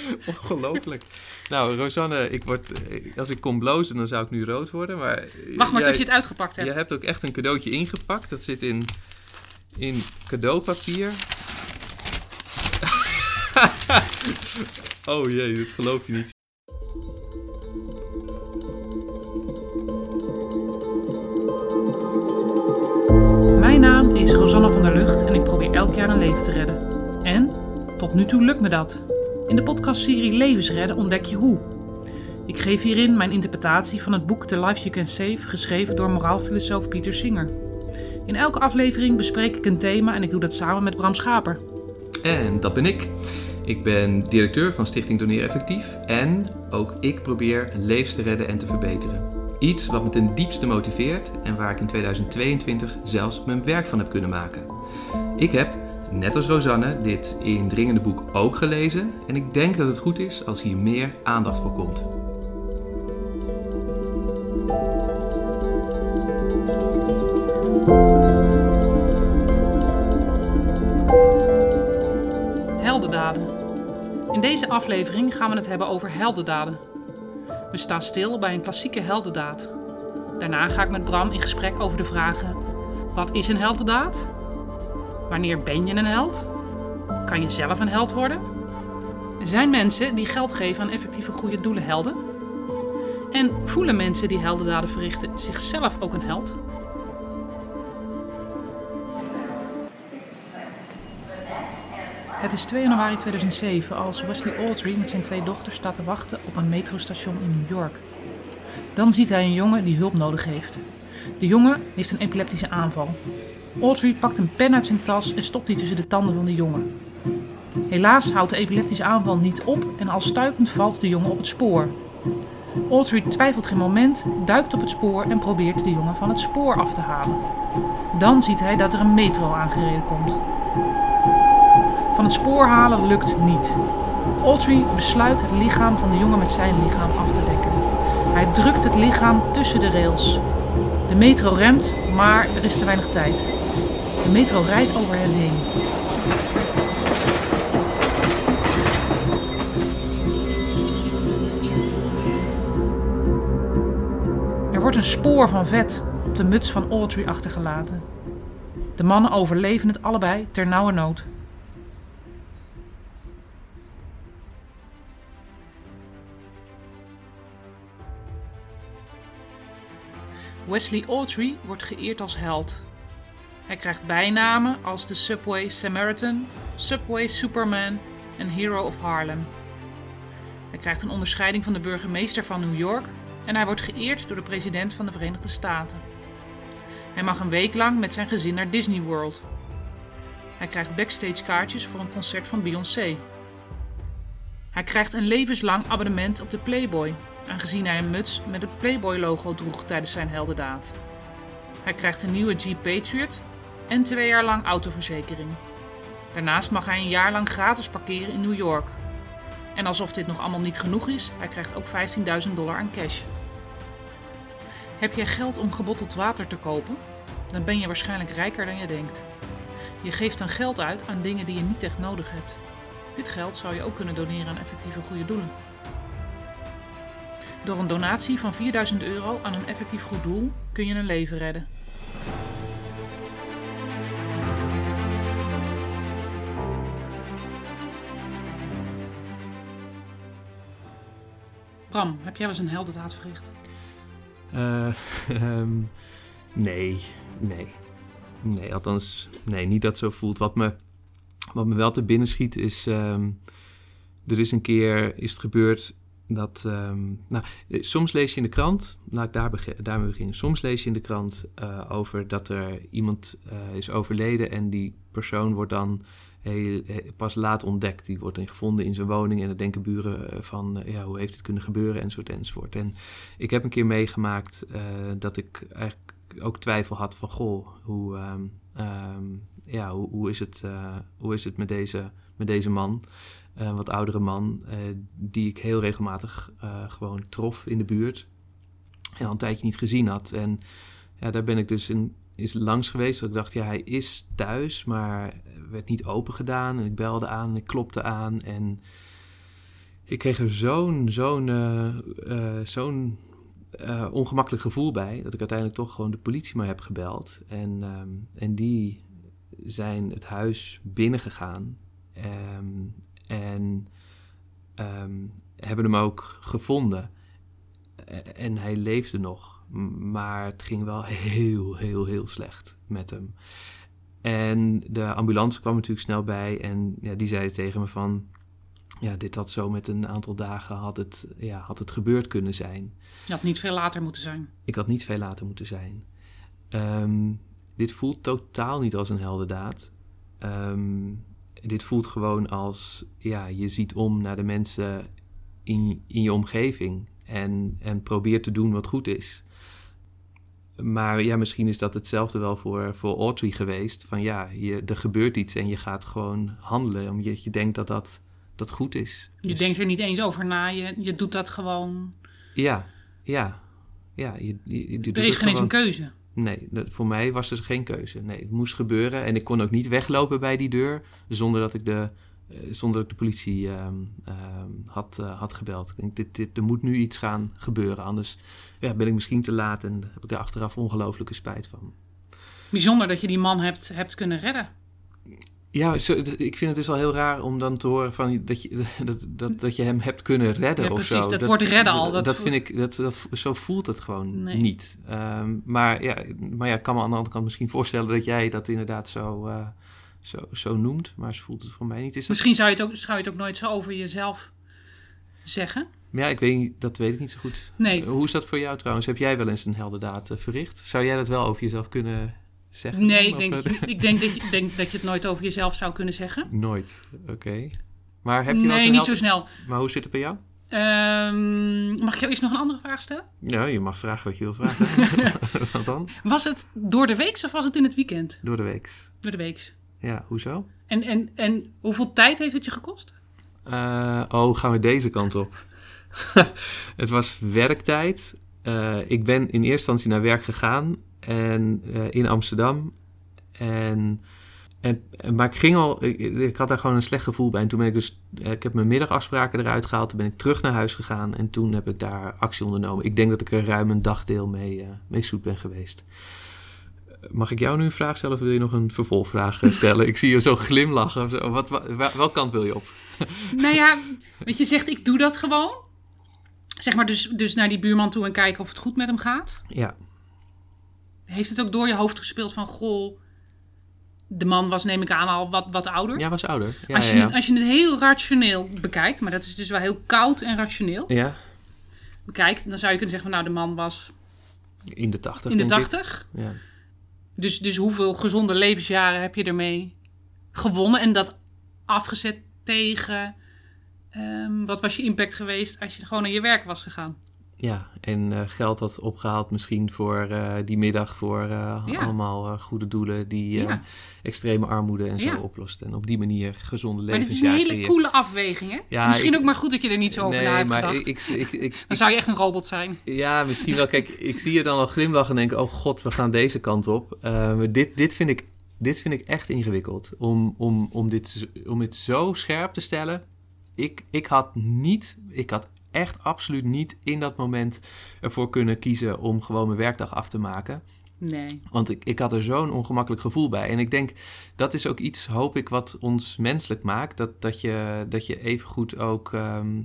Ongelooflijk. Nou, Rosanne, als ik kon blozen, dan zou ik nu rood worden. Maar Wacht maar tot je het uitgepakt hebt. Je hebt ook echt een cadeautje ingepakt. Dat zit in cadeaupapier. Oh jee, dat geloof je niet. Mijn naam is Rosanne van der Lugt en ik probeer elk jaar een leven te redden. En tot nu toe lukt me dat. In de podcastserie Levens redden ontdek je hoe. Ik geef hierin mijn interpretatie van het boek The Life You Can Save, geschreven door moraalfilosoof Peter Singer. In elke aflevering bespreek ik een thema en ik doe dat samen met Bram Schaper. En dat ben ik. Ik ben directeur van Stichting Doneer Effectief en ook ik probeer levens te redden en te verbeteren. Iets wat me ten diepste motiveert en waar ik in 2022 zelfs mijn werk van heb kunnen maken. Ik heb, net als Rosanne, dit indringende boek ook gelezen en ik denk dat het goed is als hier meer aandacht voor komt. Heldendaden. In deze aflevering gaan we het hebben over heldendaden. We staan stil bij een klassieke heldendaad. Daarna ga ik met Bram in gesprek over de vragen: wat is een heldendaad? Wanneer ben je een held? Kan je zelf een held worden? Zijn mensen die geld geven aan effectieve goede doelen helden? En voelen mensen die heldendaden verrichten zichzelf ook een held? Het is 2 januari 2007 als Wesley Autry met zijn 2 dochters staat te wachten op een metrostation in New York. Dan ziet hij een jongen die hulp nodig heeft. De jongen heeft een epileptische aanval. Autry pakt een pen uit zijn tas en stopt die tussen de tanden van de jongen. Helaas houdt de epileptische aanval niet op en al stuipend valt de jongen op het spoor. Autry twijfelt geen moment, duikt op het spoor en probeert de jongen van het spoor af te halen. Dan ziet hij dat er een metro aangereden komt. Van het spoor halen lukt niet. Autry besluit het lichaam van de jongen met zijn lichaam af te dekken. Hij drukt het lichaam tussen de rails. De metro remt, maar er is te weinig tijd. De metro rijdt over hen heen. Er wordt een spoor van vet op de muts van Autry achtergelaten. De mannen overleven het allebei ter nauwernood. Wesley Autry wordt geëerd als held. Hij krijgt bijnamen als de Subway Samaritan, Subway Superman en Hero of Harlem. Hij krijgt een onderscheiding van de burgemeester van New York en hij wordt geëerd door de president van de Verenigde Staten. Hij mag een week lang met zijn gezin naar Disney World. Hij krijgt backstage kaartjes voor een concert van Beyoncé. Hij krijgt een levenslang abonnement op de Playboy, aangezien hij een muts met het Playboy-logo droeg tijdens zijn heldendaad. Hij krijgt een nieuwe Jeep Patriot en 2 jaar lang autoverzekering. Daarnaast mag hij een jaar lang gratis parkeren in New York. En alsof dit nog allemaal niet genoeg is, hij krijgt ook $15.000 aan cash. Heb jij geld om gebotteld water te kopen? Dan ben je waarschijnlijk rijker dan je denkt. Je geeft dan geld uit aan dingen die je niet echt nodig hebt. Dit geld zou je ook kunnen doneren aan effectieve goede doelen. Door een donatie van €4.000 aan een effectief goed doel kun je een leven redden. Bram, heb jij wel eens een heldendaad verricht? Nee, althans, niet dat het zo voelt. Wat me wel te binnen schiet is, er is een keer is het gebeurd dat, soms lees je in de krant, laat ik daarmee beginnen. Soms lees je in de krant over dat er iemand is overleden en die persoon wordt dan pas laat ontdekt. Die wordt dan gevonden in zijn woning en dan denken buren van, hoe heeft het kunnen gebeuren enzovoort. En ik heb een keer meegemaakt dat ik eigenlijk ook twijfel had van, hoe is het met deze man, wat oudere man, die ik heel regelmatig gewoon trof in de buurt en al een tijdje niet gezien had. En daar ben ik dus is langs geweest. Dat ik dacht, hij is thuis, maar werd niet open gedaan. En ik belde aan en ik klopte aan. En Ik kreeg er zo'n ongemakkelijk gevoel bij... dat ik uiteindelijk toch gewoon de politie maar heb gebeld. En die zijn het huis binnengegaan. En hebben hem ook gevonden. En hij leefde nog. Maar het ging wel heel, heel, heel slecht met hem. En de ambulance kwam natuurlijk snel bij. En ja, die zeiden tegen me van... Ja, dit had zo met een aantal dagen had het gebeurd kunnen zijn. Je had niet veel later moeten zijn. Ik had niet veel later moeten zijn. Dit voelt totaal niet als een heldendaad. Dit voelt gewoon als... Ja, je ziet om naar de mensen in je omgeving. En probeert te doen wat goed is. Maar ja, misschien is dat hetzelfde wel voor Audrey geweest. Van ja, er gebeurt iets en je gaat gewoon handelen. Omdat je denkt dat goed is. Je denkt er niet eens over na. Je doet dat gewoon. Ja. Je er is geen eens een keuze. Nee, voor mij was er geen keuze. Nee, het moest gebeuren. En ik kon ook niet weglopen bij die deur... zonder dat ik de politie had gebeld. Ik denk, er moet nu iets gaan gebeuren. Anders ben ik misschien te laat... en heb ik er achteraf ongelooflijke spijt van. Bijzonder dat je die man hebt kunnen redden. Ja, ik vind het dus al heel raar om dan te horen van dat je hem hebt kunnen redden of precies, zo. Dat wordt redden al. Dat vind ik, zo voelt het gewoon niet. Maar ja, ik kan me aan de andere kant misschien voorstellen dat jij dat inderdaad zo noemt. Maar zo voelt het voor mij niet. Misschien zou je het ook nooit zo over jezelf zeggen. Ja, dat weet ik niet zo goed. Nee. Hoe is dat voor jou trouwens? Heb jij wel eens een heldendaad verricht? Zou jij dat wel over jezelf kunnen zeggen? Nee, ik denk dat je het nooit over jezelf zou kunnen zeggen. Nooit, oké. Maar heb je wel eens niet zo snel. Maar hoe zit het bij jou? Mag ik jou eerst nog een andere vraag stellen? Ja, je mag vragen wat je wil vragen. Wat dan? Was het door de week of was het in het weekend? Door de week. Door de week. Ja, hoezo? En hoeveel tijd heeft het je gekost? Gaan we deze kant op? Het was werktijd. Ik ben in eerste instantie naar werk gegaan in Amsterdam. Maar ik had daar gewoon een slecht gevoel bij. En toen ik heb mijn middagafspraken eruit gehaald. Toen ben ik terug naar huis gegaan en toen heb ik daar actie ondernomen. Ik denk dat ik er ruim een dagdeel mee zoet ben geweest. Mag ik jou nu een vraag stellen of wil je nog een vervolgvraag stellen? Ik zie je zo glimlachen. Welke kant wil je op? Nou ja, weet je zegt ik doe dat gewoon. Zeg maar dus naar die buurman toe en kijken of het goed met hem gaat. Ja. Heeft het ook door je hoofd gespeeld van goh, de man was neem ik aan al wat ouder? Ja, was ouder. Ja, als je het heel rationeel bekijkt, maar dat is dus wel heel koud en rationeel. Ja. Bekijkt, dan zou je kunnen zeggen van nou de man was in de 80. In de 80. Ja. Dus hoeveel gezonde levensjaren heb je ermee gewonnen en dat afgezet tegen wat was je impact geweest als je gewoon naar je werk was gegaan? Ja, en geld had opgehaald misschien voor die middag voor allemaal goede doelen die extreme armoede en zo oplosten. En op die manier gezonde levensjaren. Maar dit is een hele coole afweging, hè? Ja, misschien ook maar goed dat je er niet zo over na hebt gedacht. Dan zou je echt een robot zijn. Ja, misschien wel. Kijk, ik zie je dan al glimlachen en denk, oh god, we gaan deze kant op. Dit vind ik echt ingewikkeld om dit zo scherp te stellen. Ik had echt absoluut niet in dat moment ervoor kunnen kiezen om gewoon mijn werkdag af te maken. Nee. Want ik had er zo'n ongemakkelijk gevoel bij. En ik denk, dat is ook iets, hoop ik, wat ons menselijk maakt. Dat je even goed ook...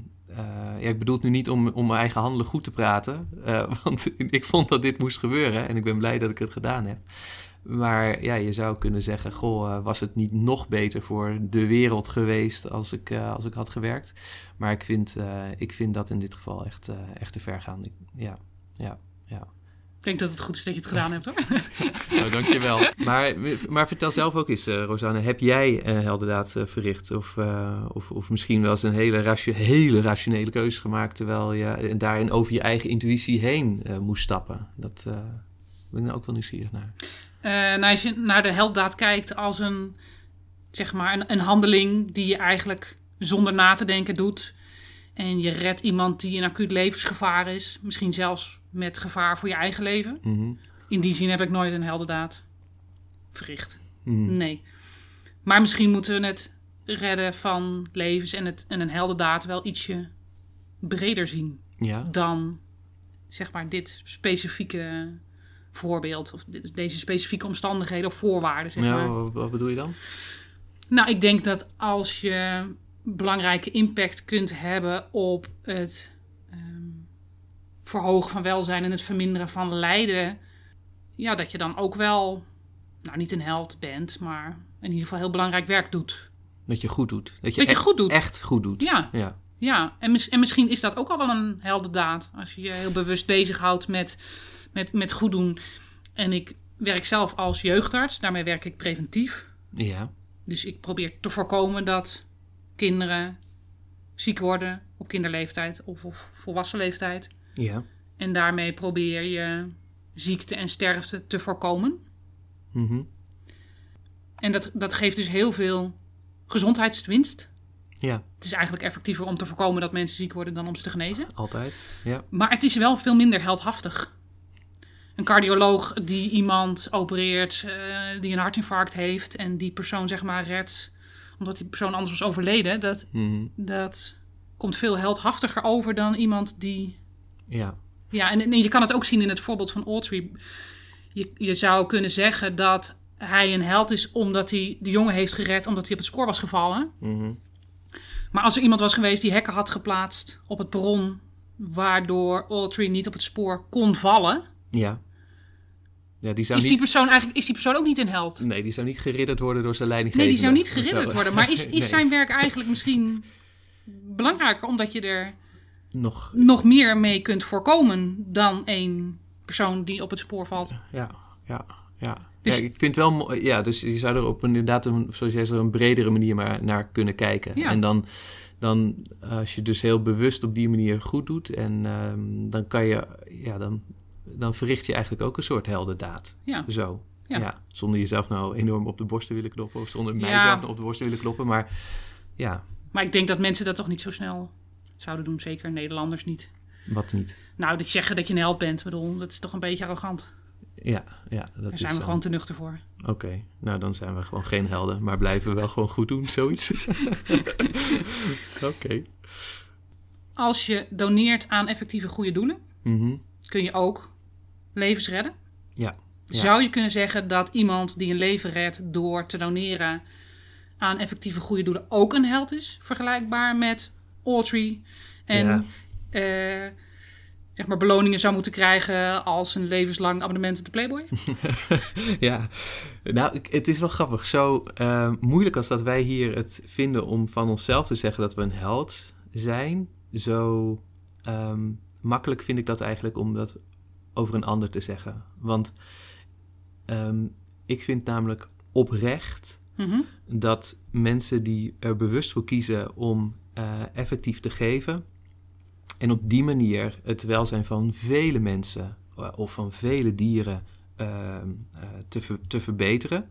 ik bedoel het nu niet om mijn eigen handelen goed te praten. Want ik vond dat dit moest gebeuren. En ik ben blij dat ik het gedaan heb. Maar ja, je zou kunnen zeggen, goh, was het niet nog beter voor de wereld geweest als ik had gewerkt? Maar ik vind dat in dit geval echt te ver gaan. Ja. Ik denk dat het goed is dat je het gedaan hebt, hoor. Nou, dankjewel. Maar vertel zelf ook eens, Rosanne, heb jij heldendaad verricht? Of misschien wel eens een hele rationele keuze gemaakt, terwijl je daarin over je eigen intuïtie heen moest stappen? Dat ben ik nou ook wel nieuwsgierig naar. Als je naar de heldendaad kijkt als een handeling die je eigenlijk zonder na te denken doet. En je redt iemand die in acuut levensgevaar is. Misschien zelfs met gevaar voor je eigen leven. Mm-hmm. In die zin heb ik nooit een heldendaad verricht. Mm. Nee. Maar misschien moeten we het redden van levens en een heldendaad wel ietsje breder zien dan zeg maar dit specifieke voorbeeld of deze specifieke omstandigheden of voorwaarden. Zeg maar. Wat bedoel je dan? Nou, ik denk dat als je belangrijke impact kunt hebben op het verhogen van welzijn en het verminderen van lijden, ja, dat je dan ook wel, nou, niet een held bent, maar in ieder geval heel belangrijk werk doet. Dat je goed doet. Dat je goed doet. Echt goed doet. Ja. En misschien is dat ook al wel een heldendaad. Als je je heel bewust bezighoudt met goed doen. En ik werk zelf als jeugdarts. Daarmee werk ik preventief. Ja. Dus ik probeer te voorkomen dat kinderen ziek worden op kinderleeftijd of volwassen leeftijd. Ja. En daarmee probeer je ziekte en sterfte te voorkomen. Mm-hmm. En dat geeft dus heel veel gezondheidswinst. Ja. Het is eigenlijk effectiever om te voorkomen dat mensen ziek worden dan om ze te genezen. Altijd, ja. Maar het is wel veel minder heldhaftig. Een cardioloog die iemand opereert die een hartinfarct heeft en die persoon zeg maar redt omdat die persoon anders was overleden, dat komt veel heldhaftiger over dan iemand die... Ja. Ja, en je kan het ook zien in het voorbeeld van Autry. Je zou kunnen zeggen dat hij een held is omdat hij de jongen heeft gered omdat hij op het spoor was gevallen. Mm-hmm. Maar als er iemand was geweest die hekken had geplaatst op het perron, waardoor Autry niet op het spoor kon vallen. Ja. Ja, die die persoon ook niet een held? Nee, die zou niet geridderd worden door zijn leidinggevende. Nee, die zou niet geridderd worden. Maar is zijn werk eigenlijk misschien belangrijker omdat je er nog meer mee kunt voorkomen dan één persoon die op het spoor valt? Ja. Dus, ik vind wel... Ja, dus je zou er op inderdaad, zoals jij zegt, een bredere manier maar naar kunnen kijken. Ja. En dan als je dus heel bewust op die manier goed doet, en dan kan je... Ja, dan verricht je eigenlijk ook een soort heldendaad. Ja. Zo. Ja. Zonder jezelf nou enorm op de borst te willen kloppen, of zonder mijzelf op de borst te willen kloppen. Maar ja. Maar ik denk dat mensen dat toch niet zo snel zouden doen. Zeker Nederlanders niet. Wat niet? Nou, dat zeggen dat je een held bent. Ik bedoel, dat is toch een beetje arrogant. Ja. Daar zijn we gewoon te nuchter voor. Oké, nou dan zijn we gewoon geen helden, maar blijven we wel gewoon goed doen, zoiets. Oké. Als je doneert aan effectieve goede doelen, kun je ook levens redden. Ja. Zou je kunnen zeggen dat iemand die een leven redt door te doneren aan effectieve goede doelen ook een held is? Vergelijkbaar met Autry en zeg maar beloningen zou moeten krijgen als een levenslang abonnement op de Playboy? Ja, nou, het is wel grappig. Zo moeilijk als dat wij hier het vinden om van onszelf te zeggen dat we een held zijn, zo makkelijk vind ik dat eigenlijk om dat over een ander te zeggen. Want ik vind namelijk oprecht dat mensen die er bewust voor kiezen om effectief te geven en op die manier het welzijn van vele mensen of van vele dieren te verbeteren,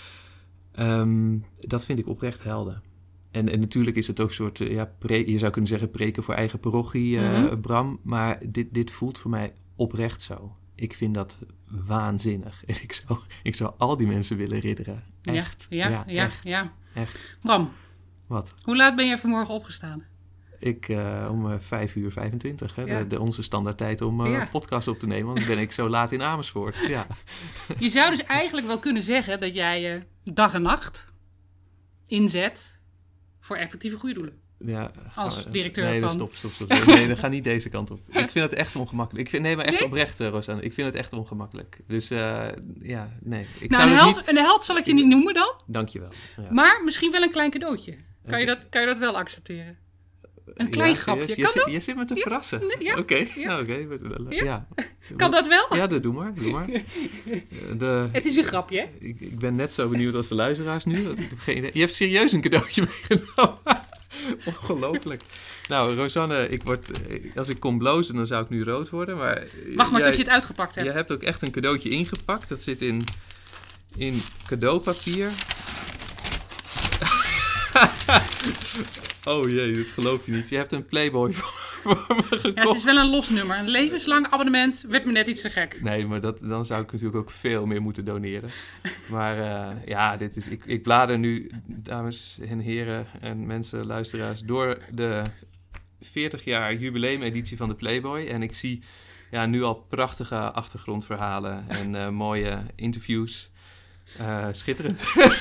dat vind ik oprecht helden. En natuurlijk is het ook een soort, je zou kunnen zeggen preken voor eigen parochie, Bram. Maar dit voelt voor mij oprecht zo. Ik vind dat waanzinnig. En ik zou al die mensen willen ridderen. Echt. Ja. Echt. Bram. Wat? Hoe laat ben jij vanmorgen opgestaan? Ik om 5:25. Hè, ja. Onze standaardtijd om een podcast op te nemen. Want dan ben ik zo laat in Amersfoort. Ja. Je zou dus eigenlijk wel kunnen zeggen dat jij dag en nacht inzet voor effectieve goede doelen. Ja, als directeur van... Stop. Nee, dan ga niet deze kant op. Ik vind het echt ongemakkelijk. Oprecht, Rosanne. Ik vind het echt ongemakkelijk. Dus nee. Een held zal ik je niet noemen dan. Dankjewel. Ja. Maar misschien wel een klein cadeautje. Kan je dat wel accepteren? Een klein grapje. Kan dat? Je zit me te verrassen. Nee, Oké. Kan dat wel? Ja, doe maar. Het is een grapje, hè? Ik ben net zo benieuwd als de luisteraars nu. Ik heb geen idee. Je hebt serieus een cadeautje meegenomen. Ongelooflijk. Nou, Rosanne, als ik kon blozen, dan zou ik nu rood worden. Maar wacht maar tot je het uitgepakt hebt. Je hebt ook echt een cadeautje ingepakt. Dat zit in cadeaupapier. Oh jee, dat geloof je niet. Je hebt een Playboy voor me gekocht. Ja, het is wel een los nummer. Een levenslang abonnement werd me net iets te gek. Nee, maar dan zou ik natuurlijk ook veel meer moeten doneren. Maar ik blader nu, dames en heren en mensen, luisteraars, door de 40 jaar jubileumeditie van de Playboy. En ik zie nu al prachtige achtergrondverhalen en mooie interviews. Schitterend.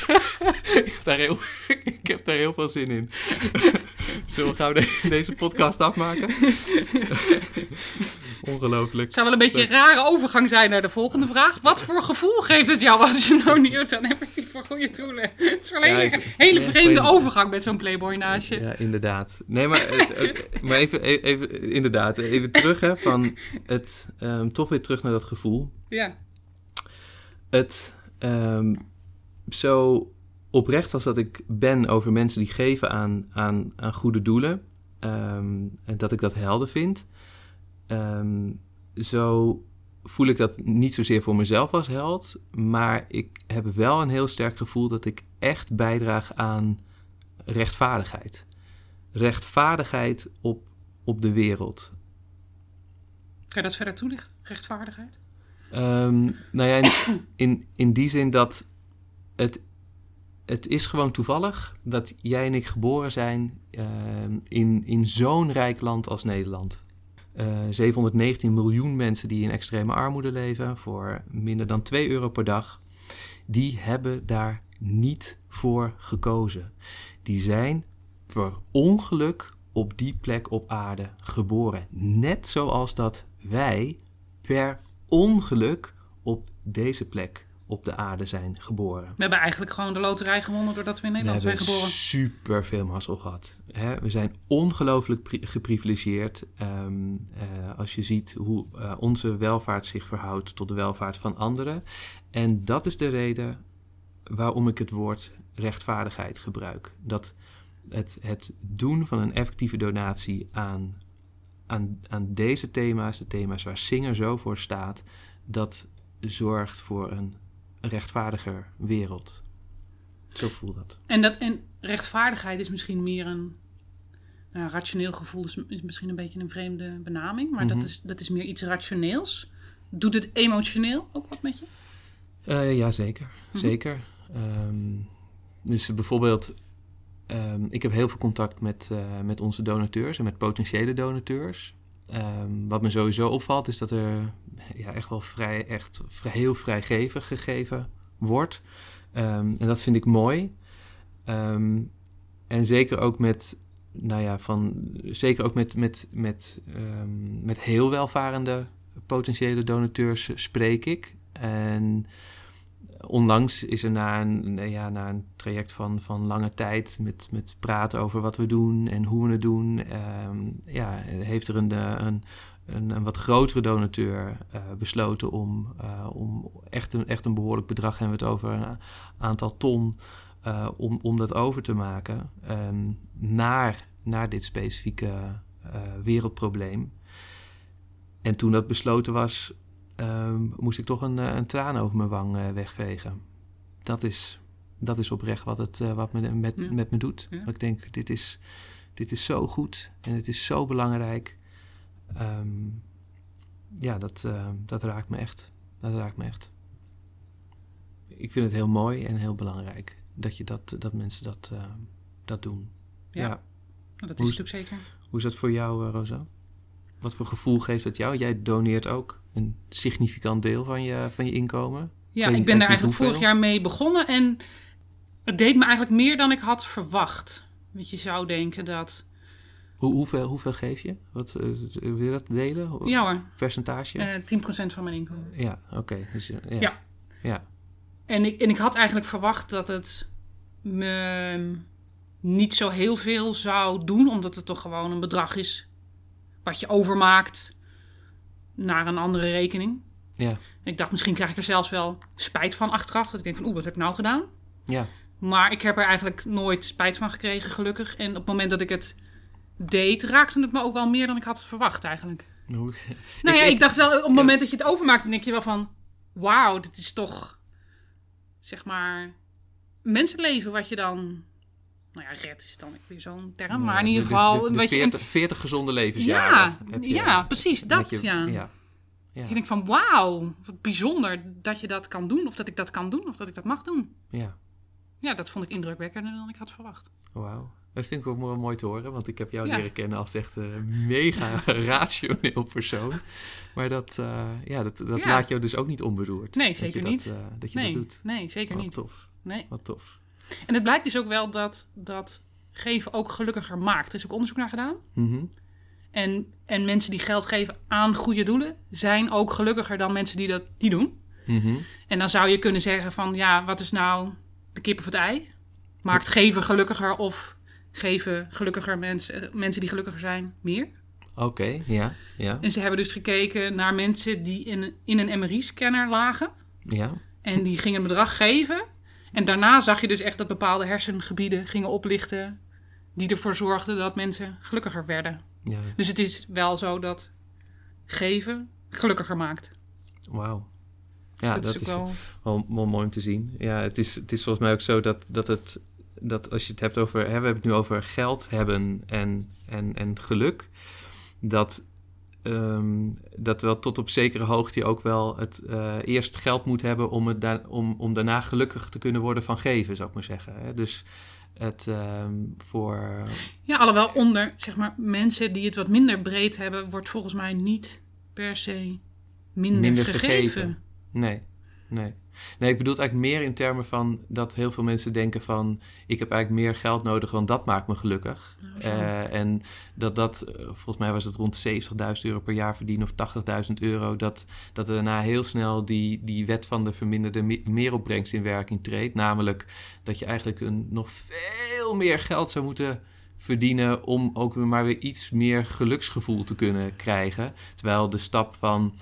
Ik heb daar heel veel zin in. Zullen we gauw deze podcast afmaken? Ongelooflijk. Het zou wel een beetje een rare overgang zijn naar de volgende vraag. Wat voor gevoel geeft het jou als je doneert aan effectief voor goede doelen? Het is wel een hele vreemde overgang met zo'n Playboy naast je. Ja, inderdaad. Nee, maar even inderdaad. Even terug van het... toch weer terug naar dat gevoel. Ja. Het... zo oprecht als dat ik ben over mensen die geven aan goede doelen, en dat ik dat helder vind, zo voel ik dat niet zozeer voor mezelf als held, maar ik heb wel een heel sterk gevoel dat ik echt bijdraag aan rechtvaardigheid. Rechtvaardigheid op de wereld. Kan je dat verder toelichten? Rechtvaardigheid? In die zin dat het is gewoon toevallig dat jij en ik geboren zijn in zo'n rijk land als Nederland. 719 miljoen mensen die in extreme armoede leven voor minder dan €2 per dag. Die hebben daar niet voor gekozen. Die zijn per ongeluk op die plek op aarde geboren. Net zoals dat wij per ongeluk op deze plek op de aarde zijn geboren. We hebben eigenlijk gewoon de loterij gewonnen doordat we in Nederland zijn geboren. We hebben super veel mazzel gehad. We zijn ongelooflijk geprivilegeerd als je ziet hoe onze welvaart zich verhoudt tot de welvaart van anderen. En dat is de reden waarom ik het woord rechtvaardigheid gebruik. Dat het doen van een effectieve donatie aan deze thema's, de thema's waar Singer zo voor staat, dat zorgt voor een rechtvaardiger wereld. Zo voel dat. En rechtvaardigheid is misschien meer een rationeel gevoel, is misschien een beetje een vreemde benaming, maar dat is meer iets rationeels. Doet het emotioneel ook wat met je? Ja, zeker. Zeker. Dus bijvoorbeeld, ik heb heel veel contact met onze donateurs en met potentiële donateurs. Wat me sowieso opvalt is dat er echt wel heel vrijgevig gegeven wordt. En dat vind ik mooi. En zeker ook met heel welvarende potentiële donateurs spreek ik. En onlangs is er na een traject van lange tijd met praten over wat we doen en hoe we het doen, heeft er een wat grotere donateur besloten om echt een behoorlijk bedrag, hebben we het over een aantal ton, om dat over te maken naar dit specifieke wereldprobleem. En toen dat besloten was, moest ik toch een traan over mijn wang wegvegen. Dat is oprecht wat met me doet. Ja. Ik denk, dit is zo goed en het is zo belangrijk. Dat raakt me echt. Dat raakt me echt. Ik vind het heel mooi en heel belangrijk dat mensen dat doen. Ja. Dat is natuurlijk zeker. Hoe is dat voor jou, Rosa? Wat voor gevoel geeft het jou? Jij doneert ook een significant deel van je inkomen. Ja, ik ben daar eigenlijk vorig jaar mee begonnen. En het deed me eigenlijk meer dan ik had verwacht. Want je zou denken dat... Hoeveel geef je? Wil je dat delen? Ja hoor. Percentage? 10% van mijn inkomen. Ja, oké. Dus, ja. En ik had eigenlijk verwacht dat het me niet zo heel veel zou doen. Omdat het toch gewoon een bedrag is wat je overmaakt naar een andere rekening. Ja. Ik dacht, misschien krijg ik er zelfs wel spijt van achteraf. Dat ik denk van, wat heb ik nou gedaan? Ja. Maar ik heb er eigenlijk nooit spijt van gekregen, gelukkig. En op het moment dat ik het deed, raakte het me ook wel meer dan ik had verwacht eigenlijk. Ik dacht wel, op het moment dat je het overmaakt, dan denk je wel van, wauw, dit is toch, zeg maar, mensenleven wat je dan Nou ja, red is dan weer zo'n term. Maar in ieder geval... De 40 gezonde levensjaren. Ja, precies. Dat, Ja. Ik denk van, wauw, wat bijzonder dat je dat kan doen. Of dat ik dat kan doen. Of dat ik dat mag doen. Ja. Ja, dat vond ik indrukwekkender dan ik had verwacht. Wauw. Dat vind ik ook wel mooi te horen. Want ik heb jou leren kennen als echt een mega rationeel persoon. Maar dat laat jou dus ook niet onberoerd. Nee, zeker niet. Dat je dat doet. Nee, zeker niet. Tof. Nee. Wat tof. En het blijkt dus ook wel dat geven ook gelukkiger maakt. Er is ook onderzoek naar gedaan. Mm-hmm. En mensen die geld geven aan goede doelen zijn ook gelukkiger dan mensen die dat niet doen. Mm-hmm. En dan zou je kunnen zeggen van, ja, wat is nou de kip of het ei? Maakt geven gelukkiger of geven gelukkiger mensen die gelukkiger zijn meer? Oké, ja. En ze hebben dus gekeken naar mensen die in een MRI-scanner lagen. Ja. En die gingen een bedrag geven. En daarna zag je dus echt dat bepaalde hersengebieden gingen oplichten die ervoor zorgden dat mensen gelukkiger werden. Ja. Dus het is wel zo dat geven gelukkiger maakt. Wauw. Dus Ja, dat is wel mooi om te zien. Ja, het is volgens mij ook zo dat als je het hebt over... we hebben het nu over geld hebben en geluk. Dat wel tot op zekere hoogte je ook wel het eerst geld moet hebben om daarna gelukkig te kunnen worden van geven, zou ik maar zeggen. Hè? Dus het voor... Ja, alhoewel onder, zeg maar, mensen die het wat minder breed hebben, wordt volgens mij niet per se minder gegeven. Nee, ik bedoel het eigenlijk meer in termen van dat heel veel mensen denken van, ik heb eigenlijk meer geld nodig, want dat maakt me gelukkig. En dat volgens mij was het rond €70.000 per jaar verdienen of €80.000, dat er daarna heel snel die wet van de verminderde meeropbrengst in werking treedt. Namelijk dat je eigenlijk nog veel meer geld zou moeten verdienen om ook maar weer iets meer geluksgevoel te kunnen krijgen. Terwijl de stap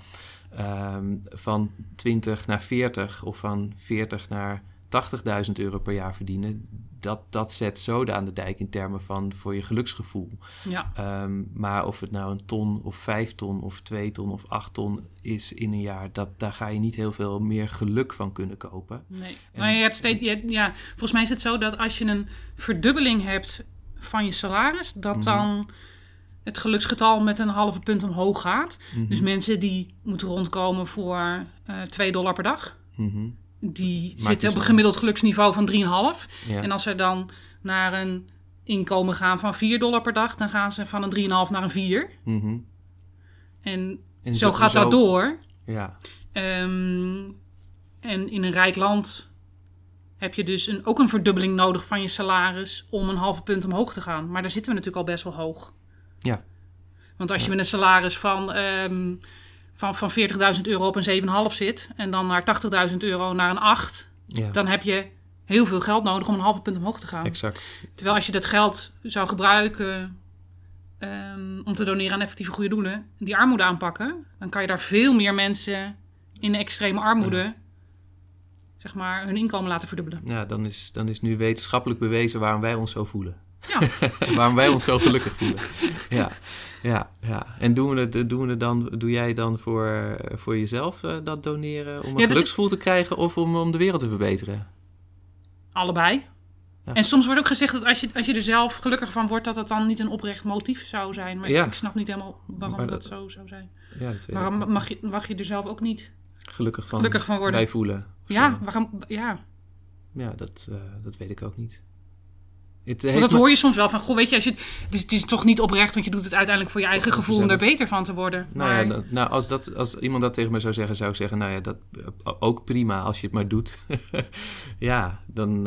van 20 naar 40 of van 40 naar €80.000 per jaar verdienen, dat zet zoden aan de dijk in termen van voor je geluksgevoel. Ja. Maar of het nou 1 ton of 5 ton of 2 ton of 8 ton is in een jaar, daar ga je niet heel veel meer geluk van kunnen kopen. Nee, maar je hebt volgens mij is het zo dat als je een verdubbeling hebt van je salaris, dat dan het geluksgetal met een halve punt omhoog gaat. Mm-hmm. Dus mensen die moeten rondkomen voor $2 per dag. Mm-hmm. Die zitten op een gemiddeld geluksniveau van 3,5. Ja. En als ze dan naar een inkomen gaan van $4 per dag, dan gaan ze van een 3,5 naar een 4. Mm-hmm. En zo gaat dat door. Ja. En in een rijk land heb je dus ook een verdubbeling nodig van je salaris om een halve punt omhoog te gaan. Maar daar zitten we natuurlijk al best wel hoog. Ja. Want als je met een salaris van €40.000 op een 7,5 zit en dan naar €80.000 naar een 8, dan heb je heel veel geld nodig om een halve punt omhoog te gaan. Exact. Terwijl als je dat geld zou gebruiken om te doneren aan effectieve goede doelen, die armoede aanpakken, dan kan je daar veel meer mensen in extreme armoede, zeg maar, hun inkomen laten verdubbelen. Ja, dan is nu wetenschappelijk bewezen waarom wij ons zo voelen. Ja. Waarom wij ons zo gelukkig voelen. Ja. En doe jij dan voor jezelf dat doneren om een geluksgevoel te krijgen of om de wereld te verbeteren? Allebei. Ja. En soms wordt ook gezegd dat als je er zelf gelukkig van wordt, dat het dan niet een oprecht motief zou zijn. Maar ik snap niet helemaal waarom dat zo zou zijn. Ja, waarom mag je er zelf ook niet gelukkig van worden? Bij voelen. Ja, waarom? Ja. Ja, dat weet ik ook niet. Dat hoor je soms wel van, goh, weet je, het is toch niet oprecht, want je doet het uiteindelijk voor je eigen gevoel om er beter van te worden. Maar... Als iemand dat tegen me zou ik zeggen, nou ja, dat ook prima als je het maar doet. Ja, dan...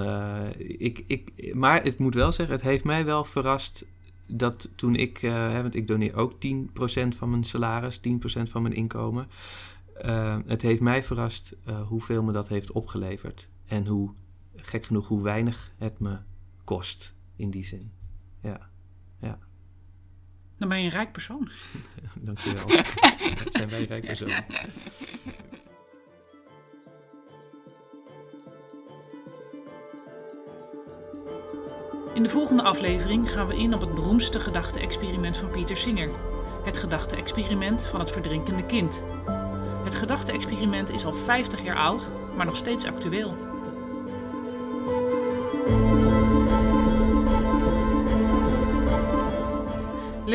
maar het moet wel zeggen, het heeft mij wel verrast dat toen want ik doneer ook 10% van mijn salaris, 10% van mijn inkomen. Het heeft mij verrast hoeveel me dat heeft opgeleverd. En gek genoeg, hoe weinig het me kost in die zin. Ja. Dan ben je een rijk persoon. Dankjewel. Dat zijn wij rijk personen. In de volgende aflevering gaan we in op het beroemdste gedachte-experiment van Peter Singer. Het gedachte-experiment van het verdrinkende kind. Het gedachte-experiment is al 50 jaar oud, maar nog steeds actueel.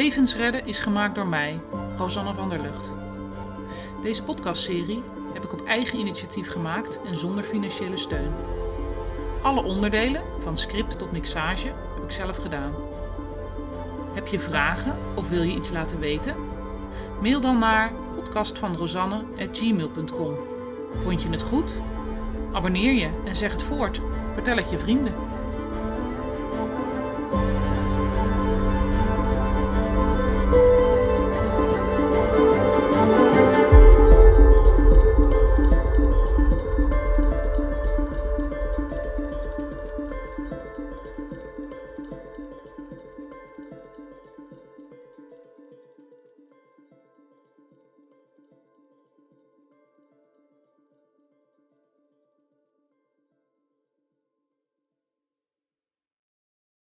Levens redden is gemaakt door mij, Rosanne van der Lugt. Deze podcastserie heb ik op eigen initiatief gemaakt en zonder financiële steun. Alle onderdelen, van script tot mixage, heb ik zelf gedaan. Heb je vragen of wil je iets laten weten? Mail dan naar podcastvanrosanne@gmail.com. Vond je het goed? Abonneer je en zeg het voort. Vertel het je vrienden.